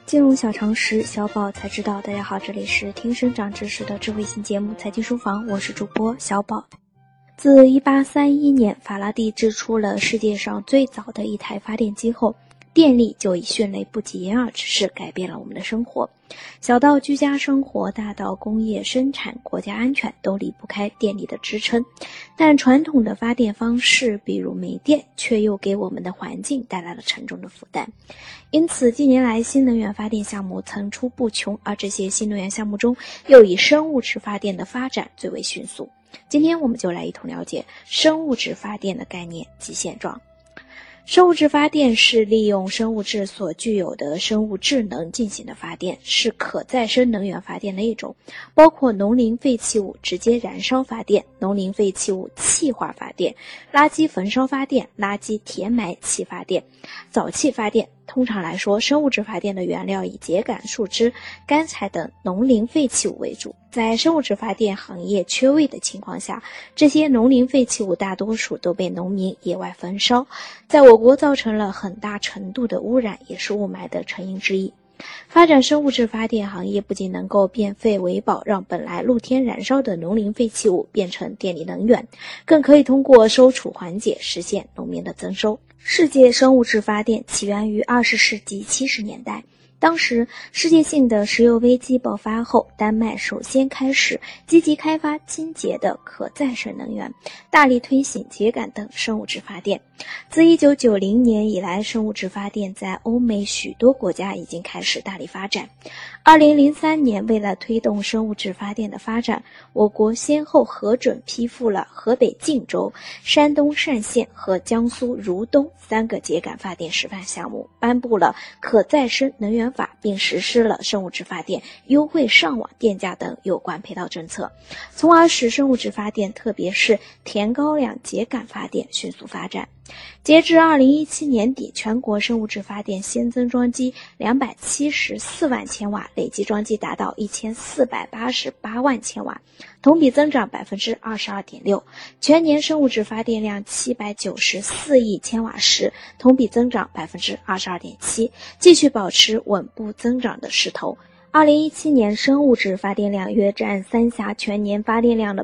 金融小常识，小宝才知道。大家好，这里是听生长知识的智慧型节目《财经书房》，我是主播小宝。自1831年法拉第制出了世界上最早的一台发电机后，电力就以迅雷不及掩耳之势改变了我们的生活。小到居家生活，大到工业生产、国家安全，都离不开电力的支撑。但传统的发电方式，比如煤电，却又给我们的环境带来了沉重的负担。因此，近年来新能源发电项目层出不穷，而这些新能源项目中，又以生物质发电的发展最为迅速。今天我们就来一同了解生物质发电的概念及现状。生物质发电是利用生物质所具有的生物质能进行的发电，是可再生能源发电的一种，包括农林废弃物直接燃烧发电、农林废弃物气化发电、垃圾焚烧发电、垃圾填埋气发电、沼气发电。通常来说，生物质发电的原料以秸秆、树枝、干柴等农林废弃物为主。在生物质发电行业缺位的情况下，这些农林废弃物大多数都被农民野外焚烧，在我国造成了很大程度的污染，也是雾霾的成因之一。发展生物质发电行业不仅能够变废为宝，让本来露天燃烧的农林废弃物变成电力能源，更可以通过收储缓解实现农民的增收。世界生物质发电起源于20世纪70年代，当时世界性的石油危机爆发后，丹麦首先开始积极开发清洁的可再生能源，大力推行秸秆等生物质发电。自1990年以来，生物质发电在欧美许多国家已经开始大力发展。2003年，为了推动生物质发电的发展，我国先后核准批复了河北晋州、山东单县和江苏如东3个秸秆发电示范项目，颁布了可再生能源法，并实施了生物质发电优惠上网电价等有关配套政策，从而使生物质发电，特别是田高粱秸秆发电迅速发展。截至2017年底，全国生物质发电新增装机274万千瓦，累计装机达到1488万千瓦，同比增长 22.6%。全年生物质发电量794亿千瓦时，同比增长 22.7%， 继续保持稳步增长的势头。2017年生物质发电量约占三峡全年发电量的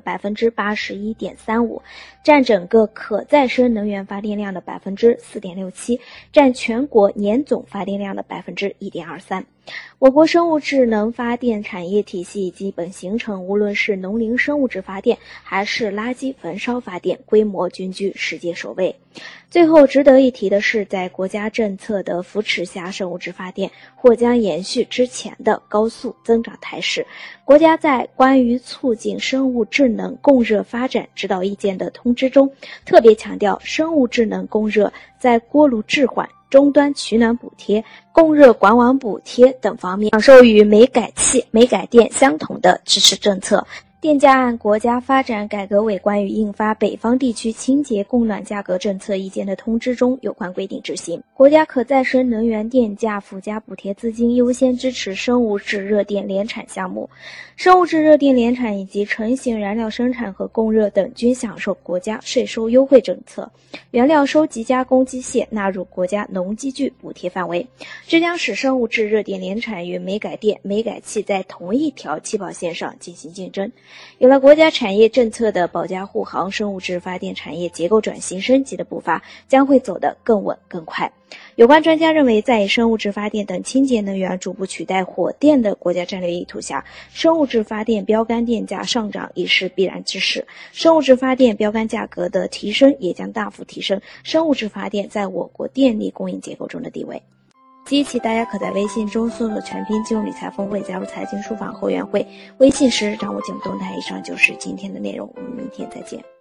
81.35%， 占整个可再生能源发电量的 4.67%， 占全国年总发电量的 1.23%。我国生物质能发电产业体系基本形成，无论是农林生物质发电还是垃圾焚烧发电，规模均居世界首位。最后值得一提的是，在国家政策的扶持下，生物质发电或将延续之前的高速增长态势。国家在关于促进生物质能供热发展指导意见的通知中，特别强调生物质能供热在锅炉置换、终端取暖补贴、供热管网补贴等方面享受与煤改气、煤改电相同的支持政策。电价按国家发展改革委关于印发北方地区清洁供暖价格政策意见的通知中有关规定执行。国家可再生能源电价附加补贴资金优先支持生物质热电联产项目，生物质热电联产以及成型燃料生产和供热等均享受国家税收优惠政策。原料收集加工机械纳入国家农机具补贴范围，这将使生物质热电联产与煤改电、煤改气在同一条起跑线上进行竞争。有了国家产业政策的保驾护航，生物质发电产业结构转型升级的步伐将会走得更稳更快。有关专家认为，在以生物质发电等清洁能源逐步取代火电的国家战略意图下，生物质发电标杆电价上涨已是必然之事，生物质发电标杆价格的提升也将大幅提升生物质发电在我国电力供应结构中的地位。激起大家可在微信中搜索全拼金融理财峰会，加入财经书房会员会，微信时掌握节目动态。以上就是今天的内容，我们明天再见。